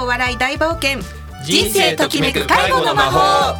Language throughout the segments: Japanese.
笑い大冒険、 人生ときめく介護の魔法。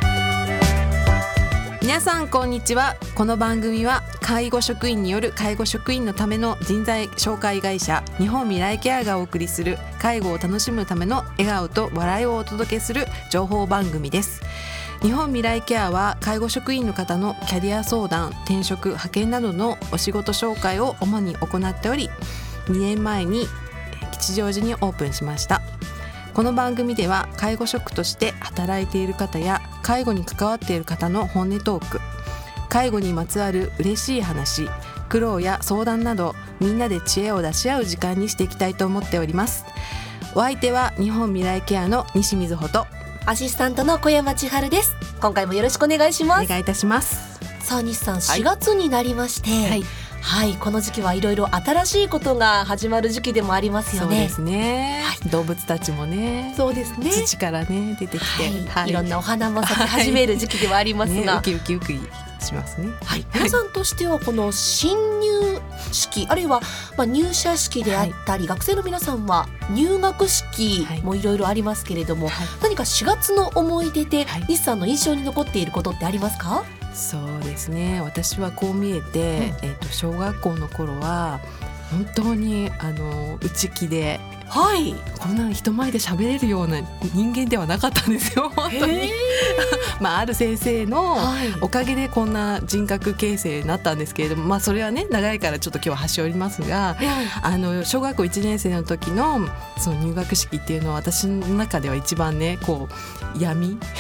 皆さんこんにちは。この番組は介護職員による介護職員のための人材紹介会社日本未来ケアがお送りする介護を楽しむための笑顔と笑いをお届けする情報番組です。日本未来ケアは介護職員の方のキャリア相談、転職、派遣などのお仕事紹介を主に行っており、2年前に吉祥寺にオープンしました。この番組では介護職として働いている方や介護に関わっている方の本音トーク、介護にまつわる嬉しい話、苦労や相談などみんなで知恵を出し合う時間にしていきたいと思っております。お相手は日本未来ケアの西水穂とアシスタントの小山千春です。今回もよろしくお願いします。 お願いいたします。 さあ西さん、4月になりまして、はい、この時期はいろいろ新しいことが始まる時期でもありますよね。 そうですね、動物たちもね、 そうですね、 土からね出てきて、 いろんなお花も咲き始める時期ではありますが、 ウキウキウキしますね。 皆さんとしてはこの新入式、あるいは入社式であったり、学生の皆さんは入学式もいろいろありますけれども、何か4月の思い出で西さんの印象に残っていることってありますか？ そうですね、私はこう見えて、小学校の頃は本当に内気で、こんな人前で喋れるような人間ではなかったんですよ本当にある先生のおかげでこんな人格形成になったんですけれども、それはね長いからちょっと今日は端折りますが、小学校1年生の時のその入学式っていうのは私の中では一番ねこう闇の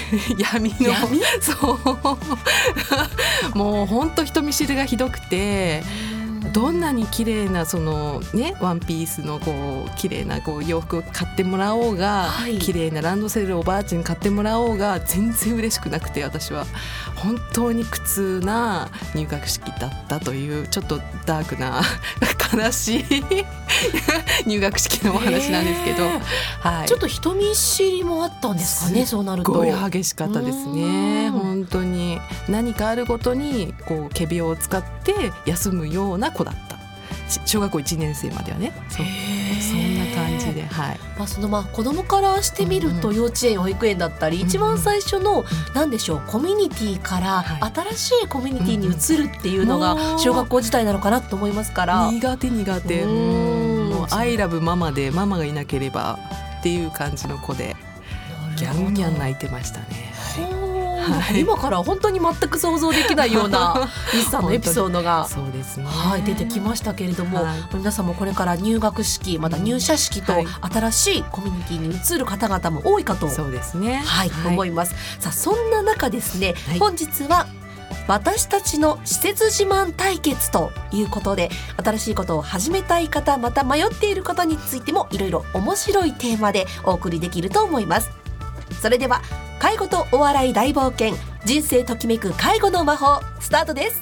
そうもう本当人見知りがひどくて、どんなに綺麗なそのねワンピースのこう綺麗なこう洋服を買ってもらおうが、綺麗なランドセルをおばあちゃんに買ってもらおうが全然嬉しくなくて、私は本当に苦痛な入学式だったというちょっとダークな悲しい入学式のお話なんですけど、 ちょっと人見知りもあったんですかね。そうなるとすごい激しかったですね。本当に何かあるごとにこう仮病を使って休むような子だった。小学校1年生まではね、そんな感じで、 その子供からしてみると幼稚園、保育園だったり、一番最初の何でしょう、コミュニティから新しいコミュニティに移るっていうのが小学校時代なのかなと思いますから、 苦手もうアイラブママで、ママがいなければっていう感じの子でギャンギャン泣いてましたね。 今から本当に全く想像できないような西さんのエピソードがそうですね、 出てきましたけれども、皆さんもこれから入学式、また入社式と新しいコミュニティに移る方々も多いかとそうですね、 思います。さあそんな中ですね、本日は私たちの施設自慢対決ということで、新しいことを始めたい方、また迷っている方についてもいろいろ面白いテーマでお送りできると思います。それでは介護とお笑い大冒険、人生ときめく介護の魔法、スタートです。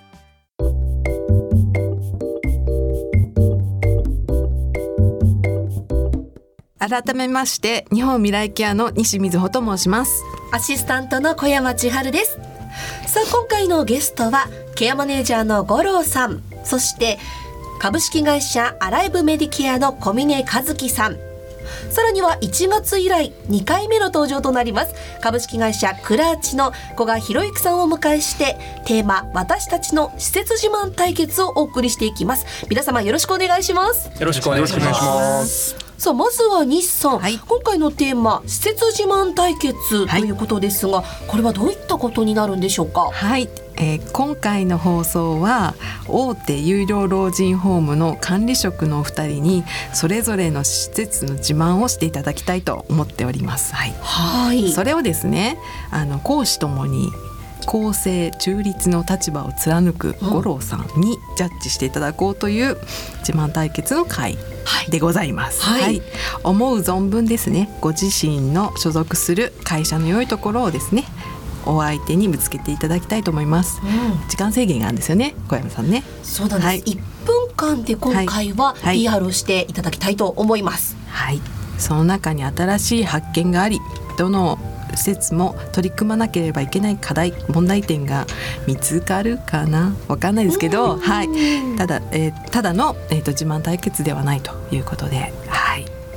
改めまして日本未来ケアの西水穂と申します。 アシスタントの小山千春です。さあ今回のゲストはケアマネージャーの五郎さん、そして株式会社アライブメディケアの小峰和樹さん、さらには1月以来2回目の登場となります株式会社クラーチの古賀博之さんをお迎えして、テーマ私たちの施設自慢対決をお送りしていきます。皆様よろしくお願いします。 よろしくお願いします。 さあまずは西さん、今回のテーマ施設自慢対決ということですが、これはどういったことになるんでしょうか？ 今回の放送は大手有料老人ホームの管理職のお二人にそれぞれの施設の自慢をしていただきたいと思っております。それをですね、公私ともに公正中立の立場を貫く五郎さんにジャッジしていただこうという自慢対決の会でございます。思う存分ですね、ご自身の所属する会社の良いところをですねお相手にぶつけていただきたいと思います。時間制限があるんですよね、小山さんね。 そうなんです、1分間で今回は PR をしていただきたいと思います。 その中に新しい発見があり、どの施設も取り組まなければいけない課題、問題点が見つかるかな、わかんないですけど、ただの、自慢対決ではないということで、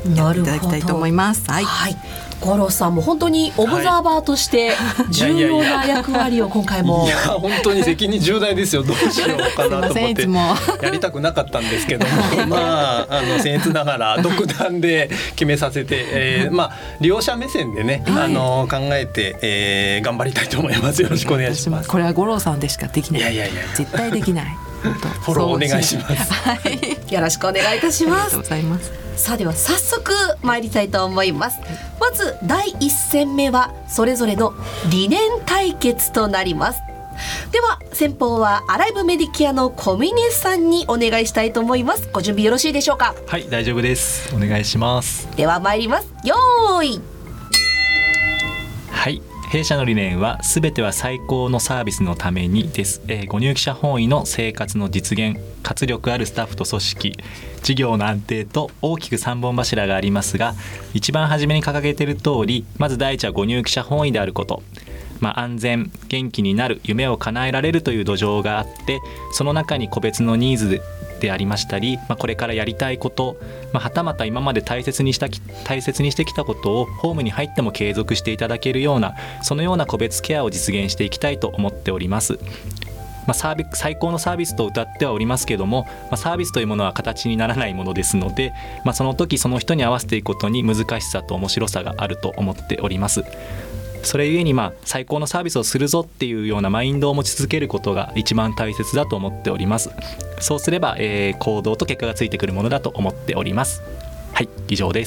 やっていただきたいと思います。はい、 五郎さんも本当にオブザーバーとして重要な役割を今回も。 いや本当に責任重大ですよ。どうしようかなと思ってやりたくなかったんですけどもまあ僭越ながら独断で決めさせて、利用者目線でね、考えて、頑張りたいと思います。よろしくお願いします。 これは五郎さんでしかできない。 いや絶対できない。 フォローお願いします。 よろしくお願いいたします。 ありがとうございます。 さあでは早速参りたいと思います。まず第1戦目はそれぞれの理念対決となります。では先方はアライブメディケアの小峰さんにお願いしたいと思います。ご準備よろしいでしょうか？ はい、大丈夫です。お願いします。 では参ります。よーい。 はい、弊社の理念は全ては最高のサービスのためにです。ご入記者本位の生活の実現、活力あるスタッフと組織、事業の安定と大きく3本柱がありますが、一番初めに掲げている通り、まず第一はご入記者本位であること、安全、元気になる、夢を叶えられるという土壌があって、その中に個別のニーズでありましたり、これからやりたいこと、はたまた今まで大切にしてきたことをホームに入っても継続していただけるような、そのような個別ケアを実現していきたいと思っております。最高のサービスと謳ってはおりますけども、サービスというものは形にならないものですので、その時その人に合わせていくことに難しさと面白さがあると思っております。それゆえに最高のサービスをするぞっていうようなマインドを持ち続けることが一番大切だと思っております。そうすれば、行動と結果がついてくるものだと思っております。はい、以上です。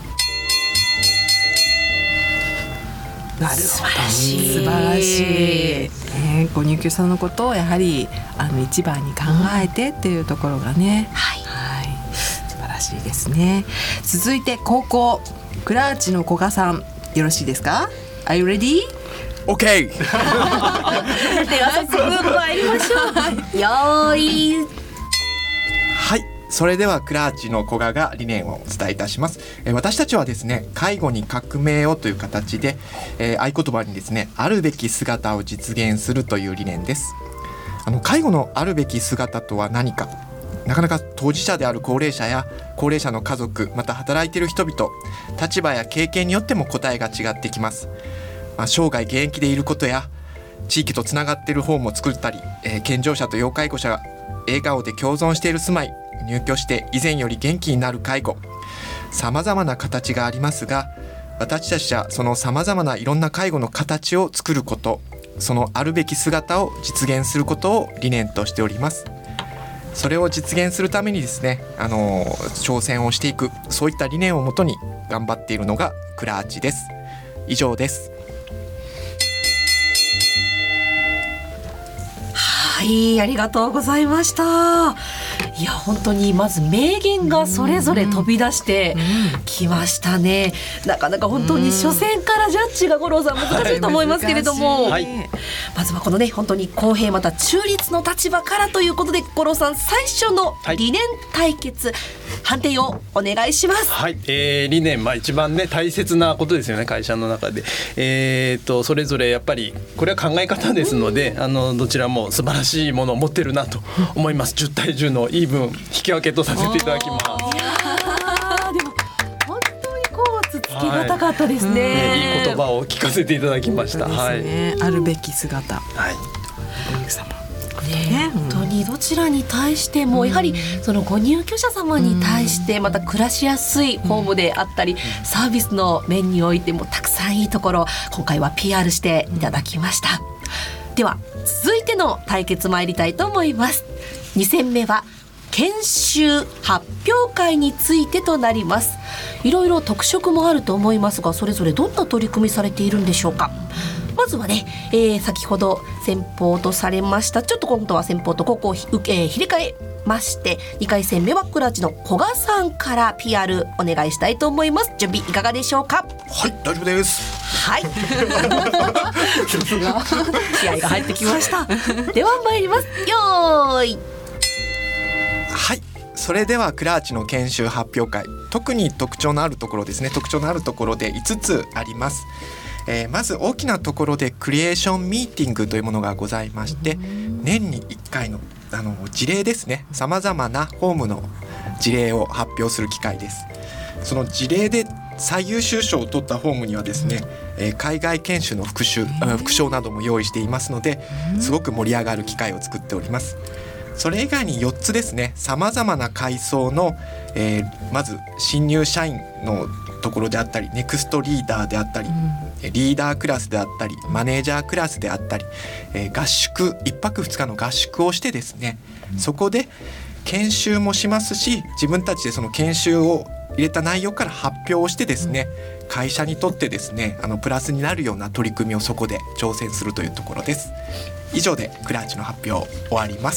なるほど、素晴らしい、ご入居さんのことをやはり一番に考えてっていうところがね、素晴らしいですね。続いて高校クラーチの古賀さん、よろしいですか？ Are you ready? OK では早速参りましょう。よーい。 はい、それではクラーチの古賀が理念をお伝えいたします。私たちはですね、介護に革命をという形で、合言葉にですね、あるべき姿を実現するという理念です。介護のあるべき姿とは何か、なかなか当事者である高齢者や高齢者の家族、また働いている人々、立場や経験によっても答えが違ってきます。生涯現役でいることや地域とつながっているホームを作ったり、健常者と要介護者が笑顔で共存している住まい、入居して以前より元気になる介護、さまざまな形がありますが、私たちはそのさまざまないろんな介護の形を作ること、そのあるべき姿を実現することを理念としております。それを実現するためにですね、挑戦をしていく、そういった理念をもとに頑張っているのがクラーチです。以上です。 はい、ありがとうございました。いや本当にまず名言がそれぞれ飛び出してきましたね。なかなか本当に初戦からジャッジが五郎さん難しいと思いますけれども、まずはこのね、本当に公平また中立の立場からということで、五郎さん最初の理念対決、判定をお願いします。 理念、一番ね大切なことですよね、会社の中で。それぞれやっぱりこれは考え方ですので、どちらも素晴らしいものを持ってるなと思います。10対10のイーブン引き分けとさせていただきます。 いやでも本当につきがたかったですね。 いい言葉を聞かせていただきました。 あるべき姿、 本当にどちらに対してもやはりそのご入居者様に対してまた暮らしやすいホームであったり、サービスの面においてもたくさんいいところ今回は PR していただきました。では続いての対決参りたいと思います。2戦目は研修発表会についてとなります。いろいろ特色もあると思いますが、それぞれどんな取り組みされているんでしょうか。まずはね、先ほど先方とされました、ちょっと今度は先方とここを入れ替えまして、2回戦目はクラーチの古賀さんから PR お願いしたいと思います。準備いかがでしょうか。 はい、大丈夫です。 はい気合が入ってきましたでは参ります。よーい。 はい、それではクラーチの研修発表会、特に特徴のあるところですね、特徴のあるところで5つあります。まず大きなところでクリエーションミーティングというものがございまして、年に1回の事例ですね、さまざまなホームの事例を発表する機会です。 その事例で最優秀賞を取ったホームにはですね、海外研修の副賞なども用意していますので、すごく盛り上がる機会を作っております。それ以外に4つですね、さまざまな階層の、まず新入社員のところであったり、ネクストリーダーであったり、リーダークラスであったり、マネージャークラスであったり、合宿1泊2日の合宿をしてですね、そこで研修もしますし、自分たちでその研修を入れた内容から発表をしてですね、会社にとってですね、プラスになるような取り組みをそこで挑戦するというところです。以上でクラーチの発表終わります。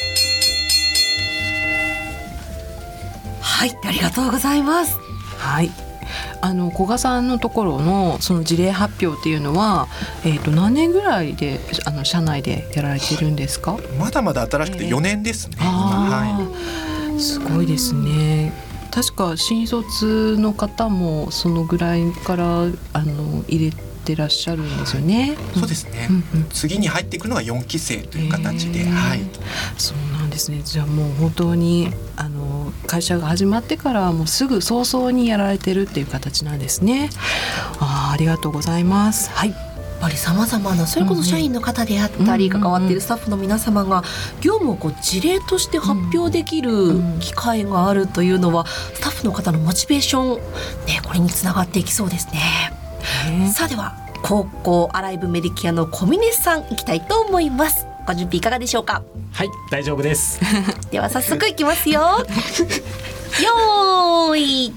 はい、ありがとうございます。 はい、古賀さんのところのその事例発表っていうのは、何年ぐらいで社内でやられてるんですか？ まだまだ新しくて4年ですね、 すごいですね。確か新卒の方もそのぐらいから入れてらっしゃるんですよね。 そうですね、次に入っていくのは4期生という形で、 そうなんですね。じゃあもう本当に会社が始まってからもうすぐ早々にやられてるっていう形なんですね。ありがとうございます。はい、 やっぱりさまざまな、それこそ社員の方であったり、関わっているスタッフの皆様が業務を事例として発表できる機会があるというのは、スタッフの方のモチベーション、これにつながっていきそうですね。さあでは高校アライブメディケアの小峰さんいきたいと思います。ご準備いかがでしょうか？ はい、大丈夫です。 では早速いきますよ。よーい。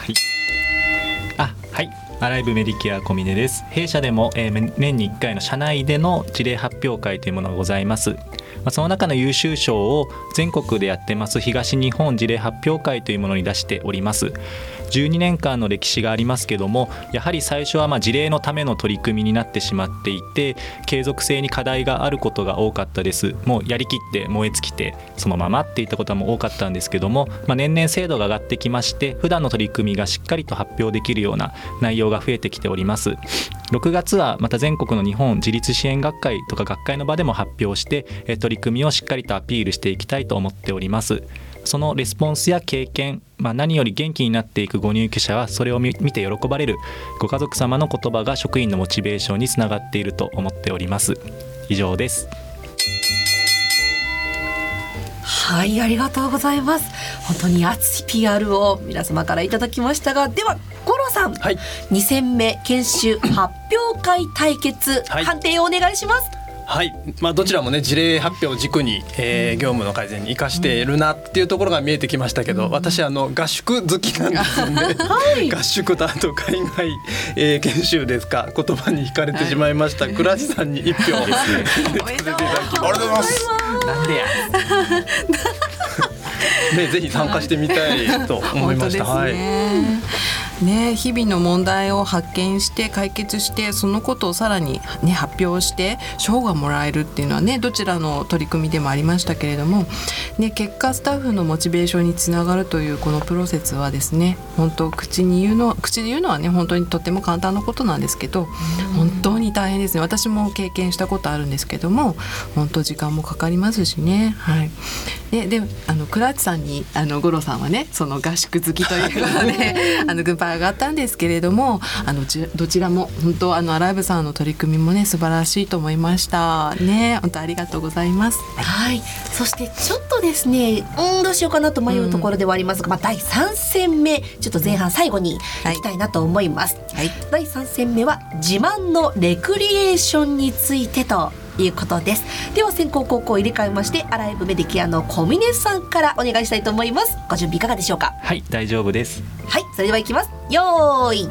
はい、アライブメディケア小峰です。弊社でも、年に1回の社内での事例発表会というものがございます。その中の優秀賞を全国でやってます東日本事例発表会というものに出しております。12年間の歴史がありますけども、やはり最初は事例のための取り組みになってしまっていて、継続性に課題があることが多かったです。もうやりきって燃え尽きてそのままっていったことも多かったんですけども、年々精度が上がってきまして、普段の取り組みがしっかりと発表できるような内容が増えてきております。6月はまた全国の日本自立支援学会とか学会の場でも発表して、取り組みをしっかりとアピールしていきたいと思っております。そのレスポンスや経験、何より元気になっていくご入居者はそれを見て喜ばれるご家族様の言葉が職員のモチベーションにつながっていると思っております。以上です。 はい、ありがとうございます。本当に熱い PR を皆様からいただきましたが、では五郎さん、2戦目研修発表会対決、判定をお願いします。 はい、どちらもね事例発表を軸に、業務の改善に生かしているなっていうところが見えてきましたけど、私合宿好きなんですよね。合宿とあと海外、研修ですか、言葉に惹かれてしまいました。倉地さんに1票入れさせていただきます。 ありがとうございます。 なんでやぜひ参加してみたいと思いました。 本当ですね。日々の問題を発見して解決して、そのことをさらに、発表して賞がもらえるっていうのはどちらの取り組みでもありましたけれども、結果スタッフのモチベーションにつながるというこのプロセスはですね、本当口で言うのは本当にとても簡単なことなんですけど、本当に大変ですね。私も経験したことあるんですけども、本当時間もかかりますしね。で倉地さんに五郎さんはその合宿好きということで軍配上がったんですけれども、どちらも本当アライブさんの取り組みも素晴らしいと思いましたね。本当ありがとうございます。 そしてちょっとですね、どうしようかなと迷うところではありますが、第3戦目ちょっと前半最後にいきたいなと思います。第3戦目は自慢のレクリエーションについてということです。では先攻後攻入れ替えまして、アライブメディケアの小峰さんからお願いしたいと思います。ご準備いかがでしょうか？ はい、大丈夫です。 それではいきます。よーい。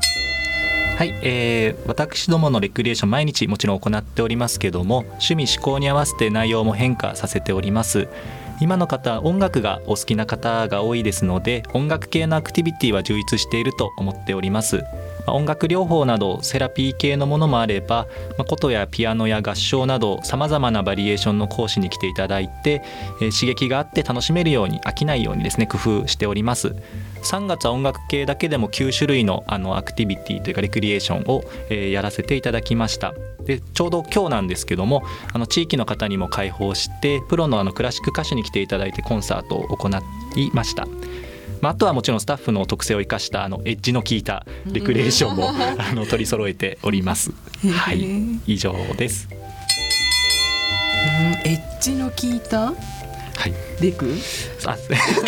私どものレクリエーション毎日もちろん行っておりますけども、趣味嗜好に合わせて内容も変化させております。今の方、音楽がお好きな方が多いですので、音楽系のアクティビティは充実していると思っております。音楽療法などセラピー系のものもあれば、琴やピアノや合唱などさまざまなバリエーションの講師に来ていただいて、刺激があって楽しめるように、飽きないようにですね、工夫しております。3月は音楽系だけでも9種類のアクティビティというかレクリエーションを、やらせていただきました。でちょうど今日なんですけども、地域の方にも開放して、プロのクラシック歌手に来ていただいてコンサートを行いました。 あとはもちろんスタッフの特性を生かしたエッジの効いたレクリエーションも取り揃えております。はい、以上です。 エッジの効いたレクスタ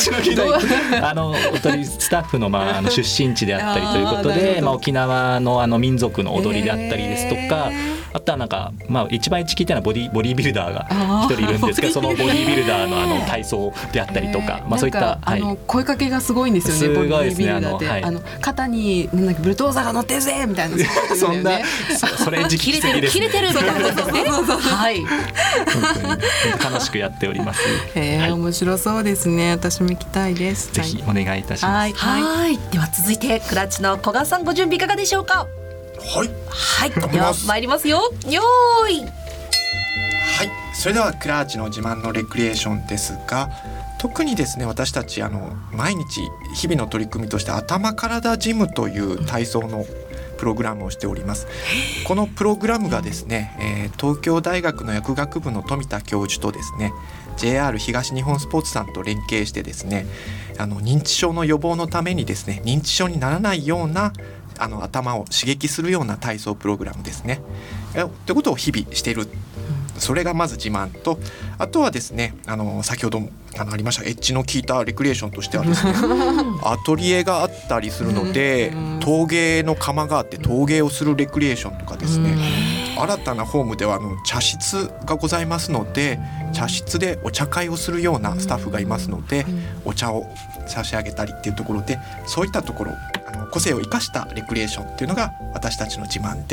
ッフの出身地であったりということで、沖縄の民族の踊りであったりですとか、あとはなんか、一番聞いたのはボディービルダーが一人いるんですけど、そのボディービルダーの体操であったりとか、そういった、 声かけがすごいんですよね。 すごいですね。 ボディービルダーって肩にブルドーザーが乗ってるぜみたいなそんなそれ時期的ですね。 切れてるみたいなことですね。はい。 楽しくやっております。 面白そうですね。私も行きたいです。 ぜひお願いいたします。 はい。では続いてクラッチの古賀さん、ご準備いかがでしょうか。 はい、 では参りますよ。よーい。 はい、それではクラーチの自慢のレクリエーションですが、特にですね、私たち毎日日々の取り組みとして頭体ジムという体操のプログラムをしております。このプログラムがですね、東京大学の薬学部の富田教授とですね、 JR 東日本スポーツさんと連携してですね、認知症の予防のためにですね、認知症にならないような頭を刺激するような体操プログラムですね。ということを日々している。それがまず自慢と、あとはですね、先ほどもありましたエッジの効いたレクリエーションとしてはですねアトリエがあったりするので、陶芸の窯があって陶芸をするレクリエーションとかですね、新たなホームでは茶室がございますので、茶室でお茶会をするようなスタッフがいますので、お茶を差し上げたりっていうところで、そういったところ個性を生かしたレクリエーションっていうのが私たちの自慢です。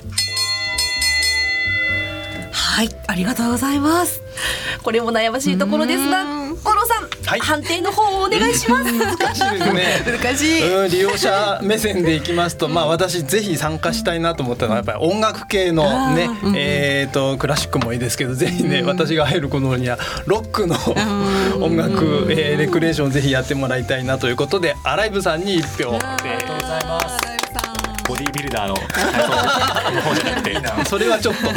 はい、ありがとうございます。これも悩ましいところですが、五郎さん、判定の方をお願いします。 難しいですね。 難しい。 利用者目線でいきますと、私ぜひ参加したいなと思ったのはやっぱり音楽系のね、クラシックもいいですけど、ぜひね、私が入る頃にはロックの音楽、レクリエーションをぜひやってもらいたいなということで、アライブさんに1票。 ありがとうございます。ボディービルダーの方じゃなくてそれはちょっと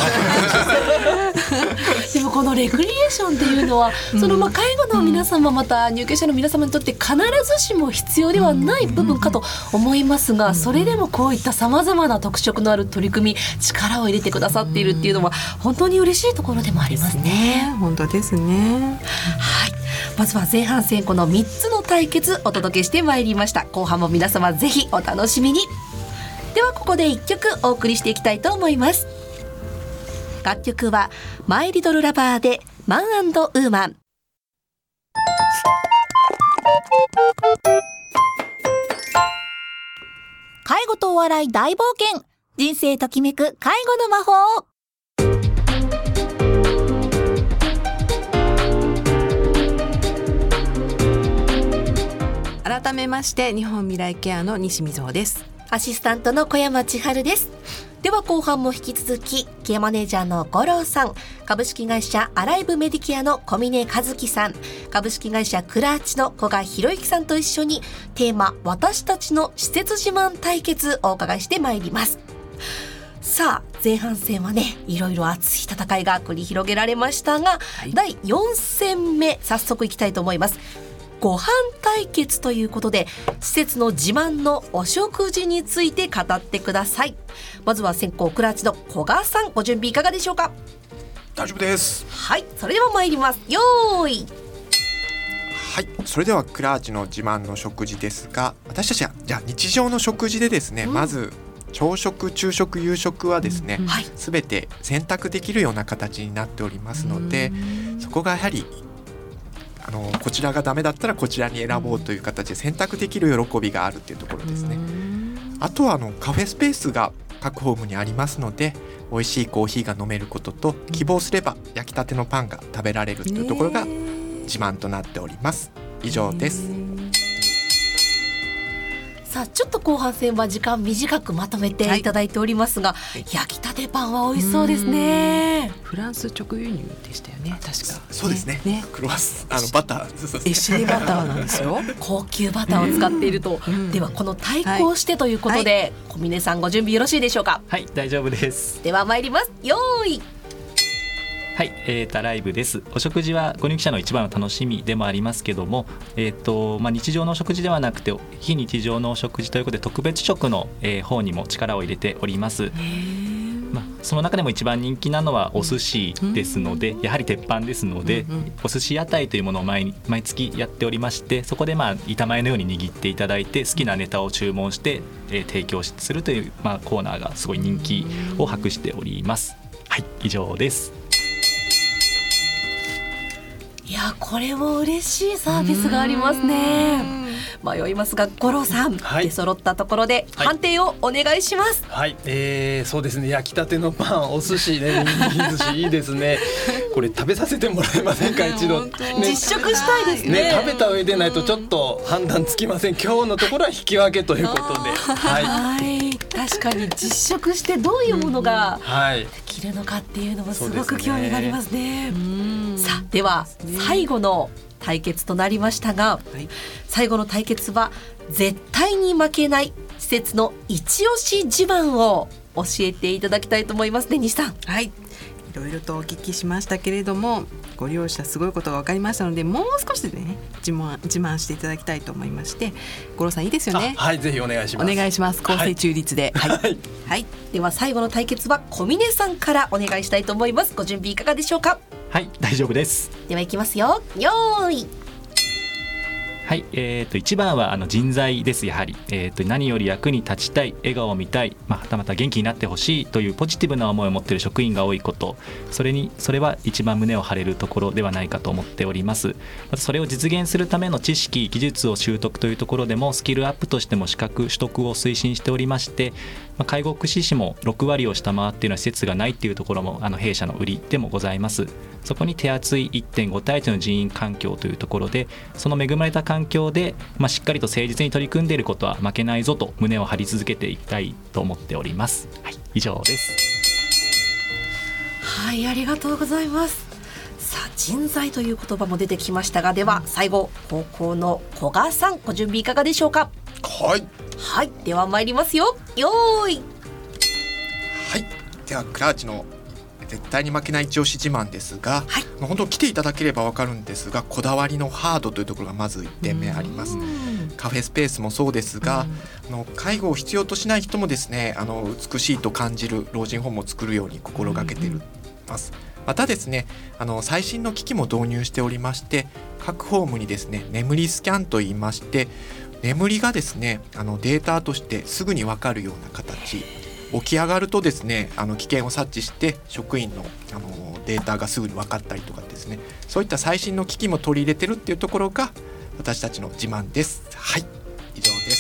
でもこのレクリエーションっていうのは、その介護の皆様、また入居者の皆様にとって必ずしも必要ではない部分かと思いますが、それでもこういったさまざまな特色のある取り組み、力を入れてくださっているっていうのは本当に嬉しいところでもありますね。 本当ですね。 はい、まずは前半戦この3つの対決お届けしてまいりました。後半も皆様ぜひお楽しみに。ではここで1曲お送りしていきたいと思います。楽曲はマイリトルラバーでマン&ウーマン。 介護とお笑い大冒険、人生ときめく介護の魔法。 改めまして日本未来ケアの西瑞穂です。 アシスタントの小山千春です。では後半も引き続きケアマネージャーの五郎さん、株式会社アライブメディケアの小峰和樹さん、株式会社クラーチの古賀博之さんと一緒にテーマ私たちの施設自慢対決をお伺いしてまいります。さあ前半戦はね、いろいろ熱い戦いが繰り広げられましたが、第4戦目早速いきたいと思います。ご飯対決ということで、施設の自慢のお食事について語ってください。まずは先攻クラーチの古賀さん、ご準備いかがでしょうか。 大丈夫です。 はい、それでは参ります。よーい。 はい、それではクラーチの自慢の食事ですが、私たちはじゃあ日常の食事でですね、まず朝食、昼食、夕食はですね、すべて選択できるような形になっておりますので、そこがやはりこちらがダメだったらこちらに選ぼうという形で選択できる喜びがあるというところですね。あとはカフェスペースが各ホームにありますので、美味しいコーヒーが飲めることと、希望すれば焼きたてのパンが食べられるというところが自慢となっております。以上です。 さあちょっと後半戦は時間短くまとめていただいておりますが、焼きたてパンは美味しそうですね。 フランス直輸入でしたよね、確か。 そうですね。クロワッサンバター、 エシレバターなんですよ。 高級バターを使っていると。ではこの対抗してということで、小峰さんご準備よろしいでしょうか。 はい、大丈夫です。 では参ります。よーい。 はい、ライブです。お食事はご入居者の一番の楽しみでもありますけども、日常のお食事ではなくて非日常のお食事ということで特別食の、方にも力を入れております。その中でも一番人気なのはお寿司ですので、やはり鉄板ですので、お寿司屋台というものを毎月やっておりまして、そこで板前のように握っていただいて好きなネタを注文して、提供するという、コーナーがすごい人気を博しております。はい、以上です。 いや、これも嬉しいサービスがありますね。迷いますが五郎さん、出揃ったところで判定をお願いします。 はい、そうですね、焼きたてのパン、お寿司ね、握り寿司いいですね。これ食べさせてもらえませんか、一度、 実食したいですね。 食べた上でないとちょっと判断つきません。今日のところは引き分けということで、 確かに実食してどういうものができるのかっていうのもすごく興味がありますね。さあ、では最後の対決となりましたが、最後の対決は絶対に負けない施設の一押し自慢を教えていただきたいと思いますね、西さん。 はい、いろいろとお聞きしましたけれども、ご利用者すごいことが分かりましたので、もう少しでね自慢していただきたいと思いまして、五郎さんいいですよね。 はい、ぜひお願いします。 お願いします。公正中立で。 はい、では最後の対決は小峰さんからお願いしたいと思います。ご準備いかがでしょうか。 はい、大丈夫です。 ではいきますよ。よーい。 はい、一番は人材です。やはり、何より役に立ちたい、笑顔を見たい、はたまた元気になってほしいというポジティブな思いを持っている職員が多いこと、それは一番胸を張れるところではないかと思っております。またそれを実現するための知識技術を習得というところでもスキルアップとしても資格取得を推進しておりまして、介護福祉士も6割を下回っているような施設がないっていうところも弊社の売りでもございます。そこに手厚い 1.5 対1の人員環境というところで、その恵まれた環境で、しっかりと誠実に取り組んでいることは負けないぞと胸を張り続けていきたいと思っております。はい、以上です。 はい、ありがとうございます。さあ、人材という言葉も出てきましたが、では最後高校の古賀さん、ご準備いかがでしょうか。はい、では参りますよ。よーい。 はい、ではクラーチの絶対に負けない一押し自慢ですが、本当来ていただければ分かるんですが、こだわりのハードというところがまず1点目あります。カフェスペースもそうですが、介護を必要としない人もですね、美しいと感じる老人ホームを作るように心がけています。またですね、最新の機器も導入しておりまして、各ホームにですね、眠りスキャンといいまして、眠りがですね、データとしてすぐに分かるような形、起き上がるとですね、危険を察知して職員の、データがすぐに分かったりとかですね、そういった最新の機器も取り入れてるっていうところが私たちの自慢です。はい、以上です。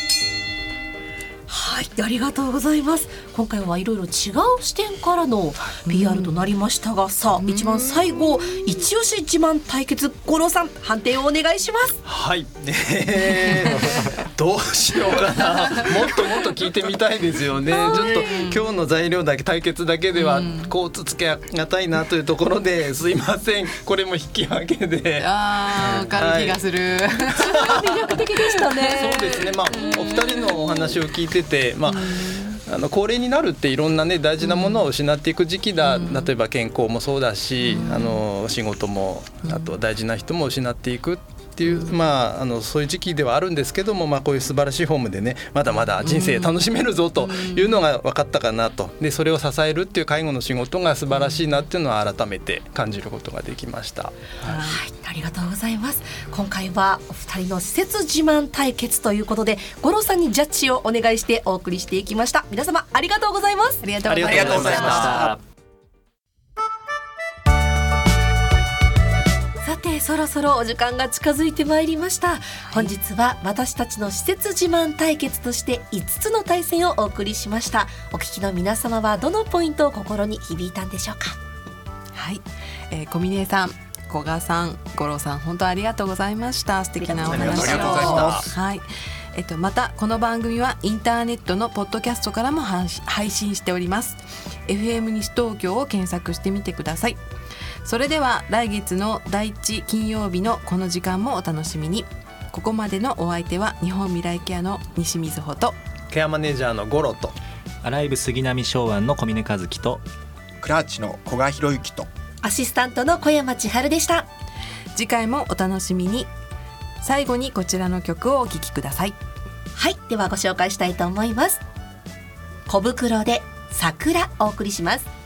はい、ありがとうございます。今回はいろいろ違う視点からの PR となりましたが、さあ一番最後、一押し自慢対決、五郎さん判定をお願いします。 はい、どうしようかな。もっと聞いてみたいですよね。ちょっと今日の材料だけ、対決だけではこうつけがたいなというところで、すいません、これも引き分けで。 わかる気がする。 魅力的でしたね。 そうですね、お二人のお話を聞いてて、高齢になるっていろんなね、大事なものを失っていく時期だ、例えば健康もそうだし、仕事も、あと大事な人も失っていくっていう、そういう時期ではあるんですけども、こういう素晴らしいホームでね、まだまだ人生楽しめるぞというのが分かったかなと。でそれを支えるっていう介護の仕事が素晴らしいなっていうのは改めて感じることができました。 はい、ありがとうございます。今回はお二人の施設自慢対決ということで、五郎さんにジャッジをお願いしてお送りしていきました。皆様ありがとうございます。 ありがとうございました。 さて、そろそろお時間が近づいてまいりました。本日は私たちの施設自慢対決として5つの対戦をお送りしました。お聞きの皆様はどのポイントを心に響いたんでしょうか。 はい、小峰さん、古賀さん、五郎さん、本当ありがとうございました。素敵なお話を。 ありがとうございました。 はい、またこの番組はインターネットのポッドキャストからも配信しております。 FM 西東京を検索してみてください。それでは来月の第1金曜日のこの時間もお楽しみに。ここまでのお相手は日本未来ケアの西瑞穂とケアマネージャーの五郎とアライブ杉並昭庵の小峰和樹とクラーチの古賀博之とアシスタントの小山千春でした。 次回もお楽しみに。最後にこちらの曲をお聴きください。 はい、ではご紹介したいと思います。小袋で桜お送りします。